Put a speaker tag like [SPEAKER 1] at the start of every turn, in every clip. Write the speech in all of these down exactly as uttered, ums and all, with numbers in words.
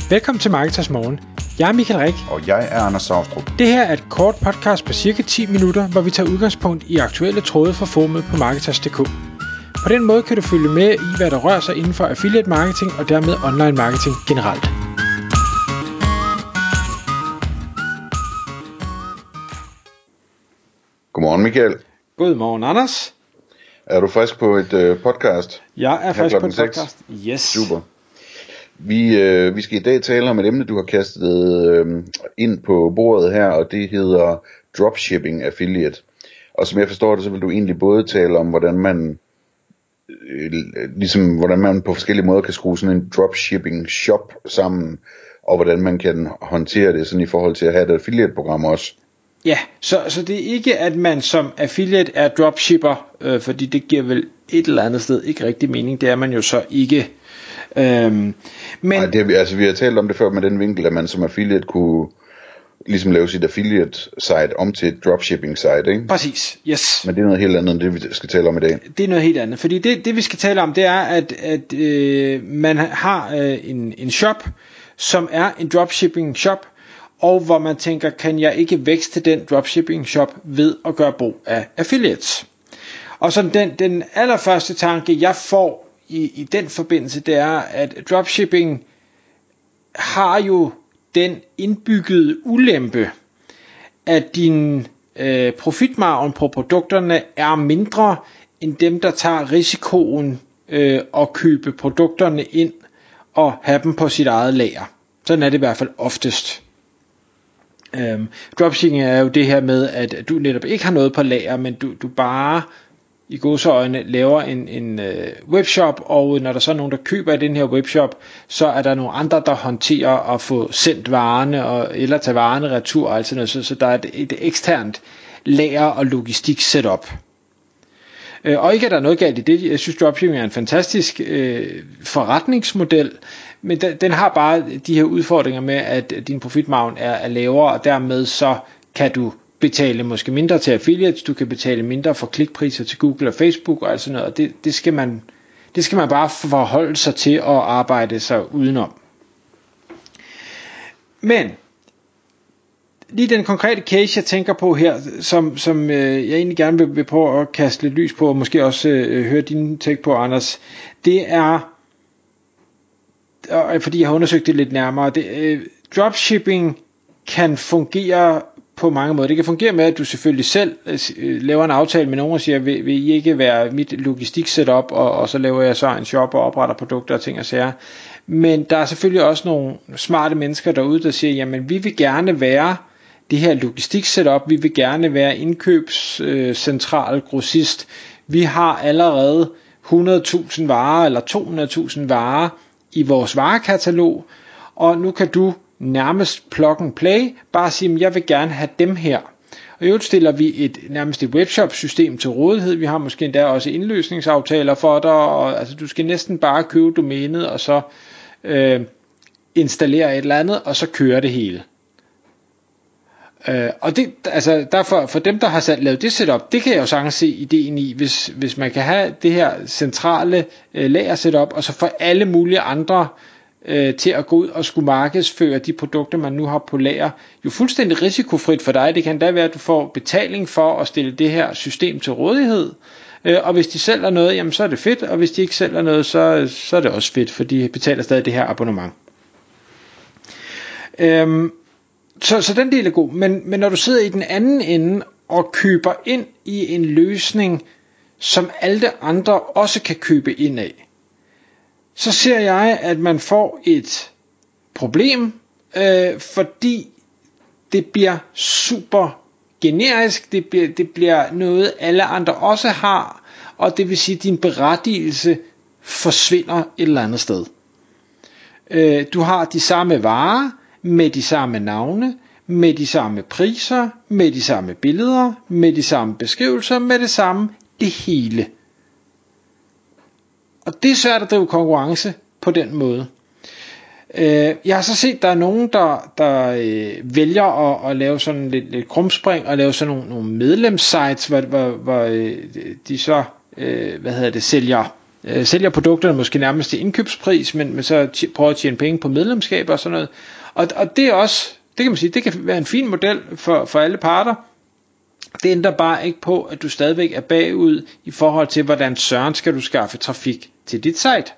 [SPEAKER 1] Velkommen til Marketers Morgen. Jeg er Michael Rik.
[SPEAKER 2] Og jeg er Anders Saustrup.
[SPEAKER 1] Det her er et kort podcast på cirka ti minutter, hvor vi tager udgangspunkt i aktuelle tråde fra forumet på Marketers punktum d k. På den måde kan du følge med i, hvad der rører sig inden for affiliate marketing og dermed online marketing generelt.
[SPEAKER 2] Godmorgen Michael.
[SPEAKER 1] Godmorgen Anders.
[SPEAKER 2] Er du frisk på et øh, podcast?
[SPEAKER 1] Jeg er frisk på et podcast. Yes.
[SPEAKER 2] Super. Vi, øh, vi skal i dag tale om et emne, du har kastet øh, ind på bordet her, og det hedder dropshipping affiliate. Og som jeg forstår det, så vil du egentlig både tale om, hvordan man øh, ligesom hvordan man på forskellige måder kan skrue sådan en dropshipping shop sammen, og hvordan man kan håndtere det sådan i forhold til at have et affiliate program også.
[SPEAKER 1] Ja, så, så det er ikke, at man som affiliate er dropshipper, øh, fordi det giver vel et eller andet sted ikke rigtig mening. Det er man jo så ikke. Øhm, men
[SPEAKER 2] Ej, det, altså, vi har talt om det før med den vinkel, at man som affiliate kunne ligesom lave sit affiliate site om til et dropshipping site, ikke?
[SPEAKER 1] Præcis, yes.
[SPEAKER 2] Men det er noget helt andet end det, vi skal tale om i dag.
[SPEAKER 1] Det er noget helt andet, fordi det, det vi skal tale om, det er, at, at øh, man har øh, en, en shop, som er en dropshipping shop, og hvor man tænker, kan jeg ikke vækste den dropshipping shop ved at gøre brug af affiliates? Og så den, den allerførste tanke, jeg får i, i den forbindelse, det er, at dropshipping har jo den indbyggede ulempe, at din øh, profitmargen på produkterne er mindre end dem, der tager risikoen øh, at købe produkterne ind og have dem på sit eget lager. Sådan er det i hvert fald oftest. Um, dropshipping er jo det her med, at du netop ikke har noget på lager, men du, du bare i gåseøjne laver en, en uh, webshop, og når der så er nogen, der køber i den her webshop, så er der nogle andre, der håndterer at få sendt varerne, og, eller tage varerne retur, og alt sådan noget, så, så der er et, et eksternt lager og logistik setup. Uh, og ikke er der noget galt i det. Jeg synes dropshipping er en fantastisk uh, forretningsmodel, men den, den har bare de her udfordringer med, at din profitmargen er, er lavere, og dermed så kan du betale måske mindre til affiliates, du kan betale mindre for klikpriser til Google og Facebook og alt sådan noget, og det, det, skal man, det skal man bare forholde sig til og arbejde sig udenom. Men lige den konkrete case, jeg tænker på her, som, som øh, jeg egentlig gerne vil, vil prøve at kaste lidt lys på, og måske også øh, høre din take på, Anders, det er, og fordi jeg har undersøgt det lidt nærmere, det, øh, dropshipping kan fungere på mange måder. Det kan fungere med, at du selvfølgelig selv øh, laver en aftale med nogen og siger, vil, vil I ikke være mit logistik setup, og, og så laver jeg så en shop og opretter produkter og ting og sager. Men der er selvfølgelig også nogle smarte mennesker derude, der siger, jamen vi vil gerne være det her logistik setup, vi vil gerne være indkøbscentral, øh, grossist. Vi har allerede hundrede tusind varer eller to hundrede tusind varer i vores varekatalog, og nu kan du nærmest plug and play, bare sige, at jeg vil gerne have dem her. Og i øvrigt stiller vi et nærmest et webshop system til rådighed, vi har måske endda også indløsningsaftaler for dig, og altså du skal næsten bare købe domænet, og så øh, installere et eller andet, og så køre det hele. Uh, og det, altså derfor, for dem der har sat, lavet det setup, det kan jeg jo sagtens se ideen i, hvis, hvis man kan have det her centrale uh, lager setup, og så få alle mulige andre uh, til at gå ud og skulle markedsføre de produkter man nu har på lager, jo fuldstændig risikofrit for dig. Det kan da være at du får betaling for at stille det her system til rådighed, uh, og hvis de sælger noget, jamen så er det fedt, og hvis de ikke sælger noget, så, så er det også fedt, for de betaler stadig det her abonnement. Um, Så, så den del er god, men, men når du sidder i den anden ende og køber ind i en løsning, som alle andre også kan købe ind af, så ser jeg, at man får et problem, øh, fordi det bliver super generisk, det bliver, det bliver noget alle andre også har, og det vil sige, at din berettigelse forsvinder et eller andet sted. Øh, du har de samme varer, med de samme navne, med de samme priser, med de samme billeder, med de samme beskrivelser, med det samme, det hele. Og det er svært at drive konkurrence på den måde. Jeg har så set, at der er nogen, der, der øh, vælger at, at lave sådan lidt, lidt krumspring, og lave sådan nogle, nogle medlemssites, hvor, hvor, hvor øh, de så øh, hvad hedder det, sælger øh, sælger produkterne måske nærmest til indkøbspris, men, men så t- prøver at tjene penge på medlemskab og sådan noget. Og, og det er også, det kan man sige, det kan være en fin model for, for alle parter. Det ændrer bare ikke på, at du stadigvæk er bagud i forhold til, hvordan søren skal du skaffe trafik til dit site.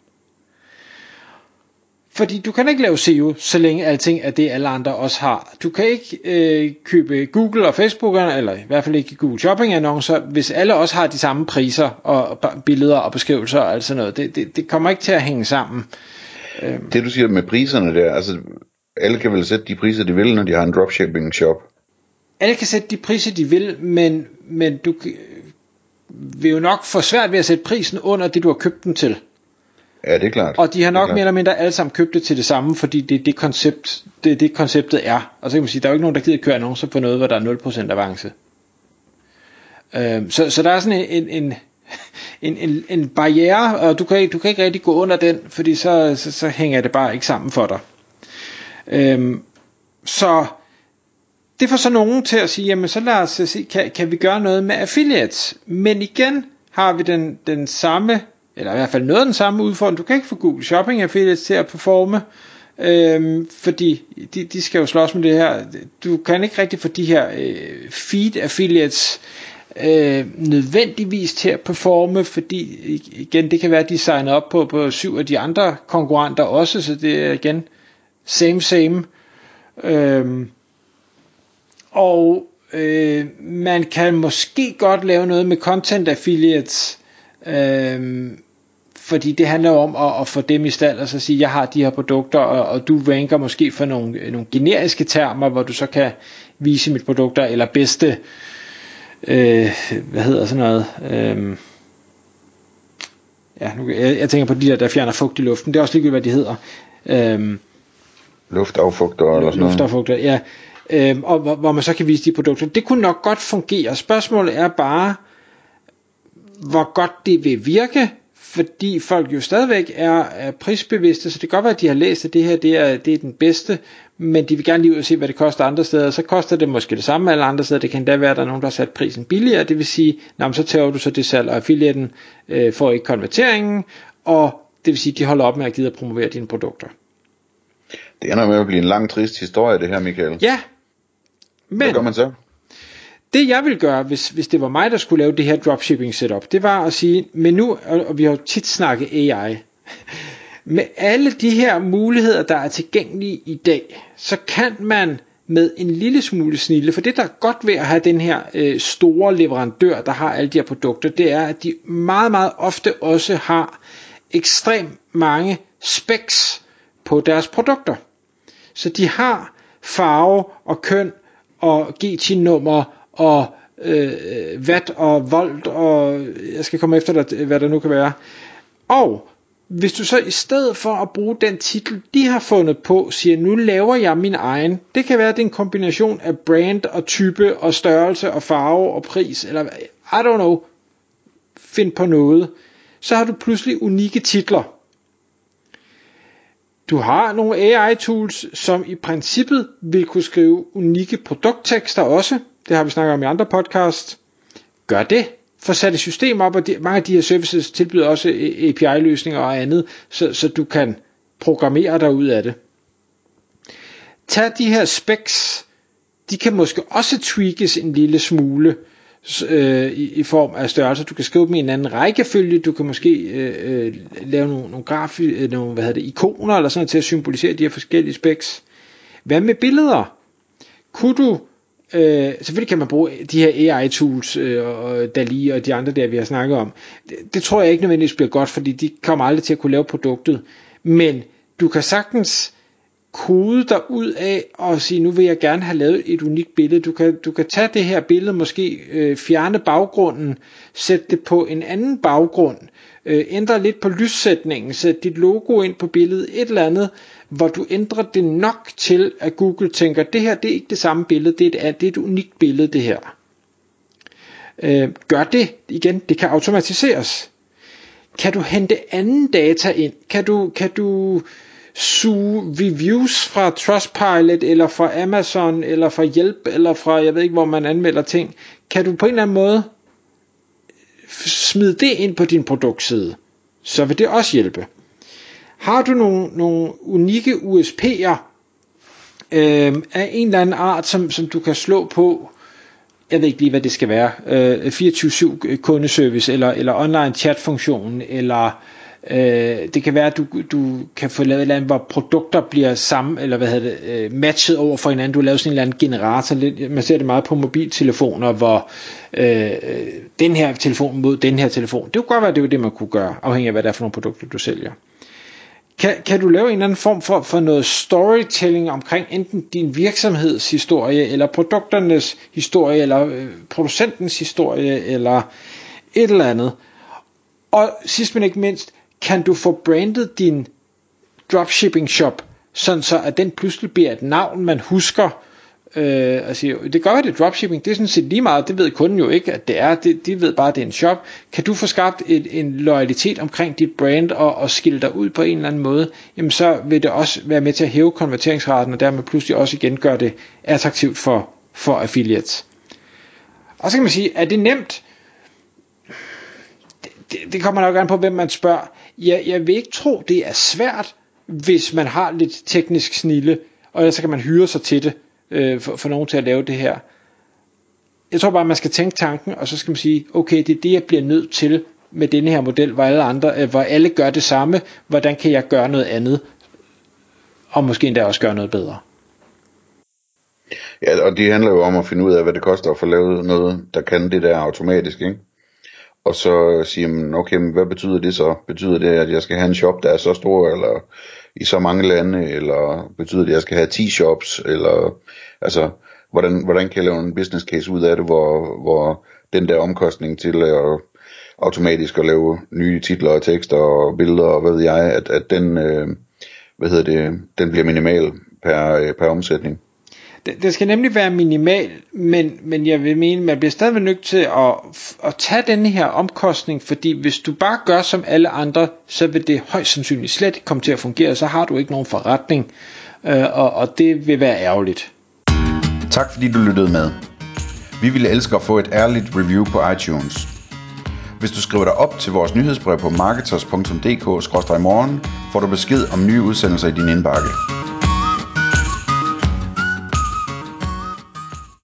[SPEAKER 1] Fordi du kan ikke lave S E O, så længe alting er det, alle andre også har. Du kan ikke øh, købe Google og Facebook, eller i hvert fald ikke Google Shopping annoncer, hvis alle også har de samme priser og billeder og beskrivelser og alt sådan noget. Det, det, det kommer ikke til at hænge sammen.
[SPEAKER 2] Det du siger med priserne der, altså alle kan vel sætte de priser, de vil, når de har en dropshipping shop?
[SPEAKER 1] Alle kan sætte de priser, de vil, men, men du vil jo nok få svært ved at sætte prisen under det, du har købt den til.
[SPEAKER 2] Ja, det er klart.
[SPEAKER 1] Og de har nok mere eller mindre alle sammen købt det til det samme, fordi det er det koncept, det er det konceptet er. Og så kan man sige, der er jo ikke nogen, der gider køre annoncer på noget, hvor der er nul procent avance. Øhm, så, så der er sådan en, en, en, en, en barriere, og du kan, du kan ikke rigtig gå under den, fordi så, så, så hænger det bare ikke sammen for dig. Øhm, så det får så nogen til at sige, jamen så lad os se, kan, kan vi gøre noget med affiliates? Men igen har vi den, den samme, eller i hvert fald noget af den samme udfordring. Du kan ikke få Google Shopping affiliates til at performe, øhm, fordi de, de skal jo slås med det her. Du kan ikke rigtig få de her øh, feed affiliates øh, nødvendigvis til at performe, fordi igen, det kan være, at de signer op på, på syv af de andre konkurrenter også, så det er igen same same. Øhm, og øh, man kan måske godt lave noget med content affiliates, øhm, fordi det handler om at, at få dem i stand og så sige, jeg har de her produkter, og, og du ranker måske for nogle, nogle generiske termer, hvor du så kan vise mit produkter, eller bedste øh, hvad hedder sådan noget øh, ja, nu, jeg, jeg tænker på de der, der fjerner fugt i luften, det er også ligegyldigt, hvad de hedder. øh,
[SPEAKER 2] Luftafugter eller sådan noget.
[SPEAKER 1] Luftafugter, ja. Øhm, og hvor, hvor man så kan vise de produkter. Det kunne nok godt fungere. Spørgsmålet er bare, hvor godt det vil virke, fordi folk jo stadigvæk er, er prisbevidste, så det kan godt være, at de har læst, at det her det er, det er den bedste, men de vil gerne lige ud og se, hvad det koster andre steder. Så koster det måske det samme alle andre steder. Det kan da være, at der er nogen, der har sat prisen billigere. Det vil sige, nå, så tager du så det salg, og affiliaten øh, får ikke konverteringen, og det vil sige, at de holder op med at gide at promovere dine produkter.
[SPEAKER 2] Det ender med at blive en lang, trist historie, det her, Michael.
[SPEAKER 1] Ja. Men
[SPEAKER 2] hvad gør man så?
[SPEAKER 1] Det jeg ville gøre, hvis, hvis det var mig, der skulle lave det her dropshipping setup, det var at sige, men nu, og vi har jo tit snakket A I, med alle de her muligheder, der er tilgængelige i dag, så kan man med en lille smule snille, for det der er godt ved at have den her øh, store leverandør, der har alle de her produkter, det er, at de meget, meget ofte også har ekstremt mange specs på deres produkter. Så de har farve og køn og G T nummer og øh, watt og volt, og jeg skal komme efter dig, hvad der nu kan være. Og hvis du så i stedet for at bruge den titel, de har fundet på, siger, nu laver jeg min egen, det kan være, at det er en kombination af brand og type og størrelse og farve og pris, eller I don't know, find på noget, så har du pludselig unikke titler. Du har nogle A I tools, som i princippet vil kunne skrive unikke produkttekster også. Det har vi snakket om i andre podcasts. Gør det. Få sat et system op, og de, mange af de her services tilbyder også A P I-løsninger og andet, så, så du kan programmere dig ud af det. Tag de her specs. De kan måske også tweakes en lille smule øh, i, i form af størrelse. Du kan skrive dem i en anden rækkefølge. Du kan måske øh, lave nogle, nogle, grafi, nogle hvad hedder det, ikoner eller sådan noget til at symbolisere de her forskellige specs. Hvad med billeder? Kunne du øh, selvfølgelig kan man bruge de her A I tools øh, og DALL-E og de andre der vi har snakket om. Det, det tror jeg ikke nødvendigvis bliver godt, fordi de kommer aldrig til at kunne lave produktet. Men du kan sagtens kode dig ud af og sige, nu vil jeg gerne have lavet et unikt billede. Du kan, du kan tage det her billede, måske øh, fjerne baggrunden, sætte det på en anden baggrund, øh, ændre lidt på lyssætningen, sætte dit logo ind på billedet, et eller andet, hvor du ændrer det nok til, at Google tænker, det her det er ikke det samme billede, det er et, det er et unikt billede det her. Øh, gør det igen, det kan automatiseres. Kan du hente anden data ind? Kan du, kan du suge reviews fra Trustpilot, eller fra Amazon, eller fra Hjælp, eller fra, jeg ved ikke, hvor man anmelder ting. Kan du på en eller anden måde smide det ind på din produktside? så vil det også hjælpe. Har du nogle, nogle unikke U S P'er øh, af en eller anden art, som, som du kan slå på, jeg ved ikke lige hvad det skal være, øh, fireogtyve syv kundeservice, eller, eller online chatfunktion, eller øh, det kan være at du, du kan få lavet et eller andet, hvor produkter bliver sammen, eller hvad hedder det, øh, matchet over for hinanden. Du har lavet sådan en eller anden generator, lidt, man ser det meget på mobiltelefoner, hvor øh, den her telefon mod den her telefon, det kunne godt være det var det man kunne gøre, afhængig af hvad det er for nogle produkter du sælger. Kan, kan du lave en eller anden form for, for noget storytelling omkring enten din virksomhedshistorie, eller produkternes historie, eller øh, producentens historie, eller et eller andet. Og sidst men ikke mindst, kan du få brandet din dropshipping shop, sådan så at den pludselig bliver et navn, man husker. Øh, altså, det gør det dropshipping, det er sådan set lige meget, det ved kunden jo ikke, at det er, det, de ved bare, at det er en shop. Kan du få skabt et, en loyalitet omkring dit brand, og, og skille dig ud på en eller anden måde, jamen så vil det også være med til at hæve konverteringsraten, og dermed pludselig også igen gøre det attraktivt for, for affiliates. Og så kan man sige, er det nemt? Det, det, det kommer nok an på, hvem man spørger. Jeg, jeg vil ikke tro, det er svært, hvis man har lidt teknisk snilde, og ellers så kan man hyre sig til det, For, for nogen til at lave det her. Jeg tror bare man skal tænke tanken, og så skal man sige, okay, det er det jeg bliver nødt til med denne her model, hvor alle andre, hvor alle gør det samme. Hvordan kan jeg gøre noget andet, og måske endda også gøre noget bedre?
[SPEAKER 2] Ja, og det handler jo om at finde ud af, hvad det koster at få lavet noget, der kan det der automatisk, ikke? Og så sige, okay, men hvad betyder det så? Betyder det, at jeg skal have en shop, der er så stor, eller i så mange lande, eller betyder det, at jeg skal have ti shops, eller altså, hvordan, hvordan kan jeg lave en business case ud af det, hvor, hvor den der omkostning til at automatisk at lave nye titler og tekster og billeder og hvad ved jeg, at, at den, øh, hvad hedder det, den bliver minimal per, per omsætning.
[SPEAKER 1] Det, det skal nemlig være minimal, men, men jeg vil mene, man bliver stadigvæk nødt til at, at tage denne her omkostning, fordi hvis du bare gør som alle andre, så vil det højst sandsynligt slet ikke komme til at fungere, så har du ikke nogen forretning, øh, og, og det vil være ærgerligt.
[SPEAKER 2] Tak fordi du lyttede med. Vi ville elske at få et ærligt review på iTunes. Hvis du skriver dig op til vores nyhedsbrev på marketers punktum d k skråstreg morgen, får du besked om nye udsendelser i din indbakke.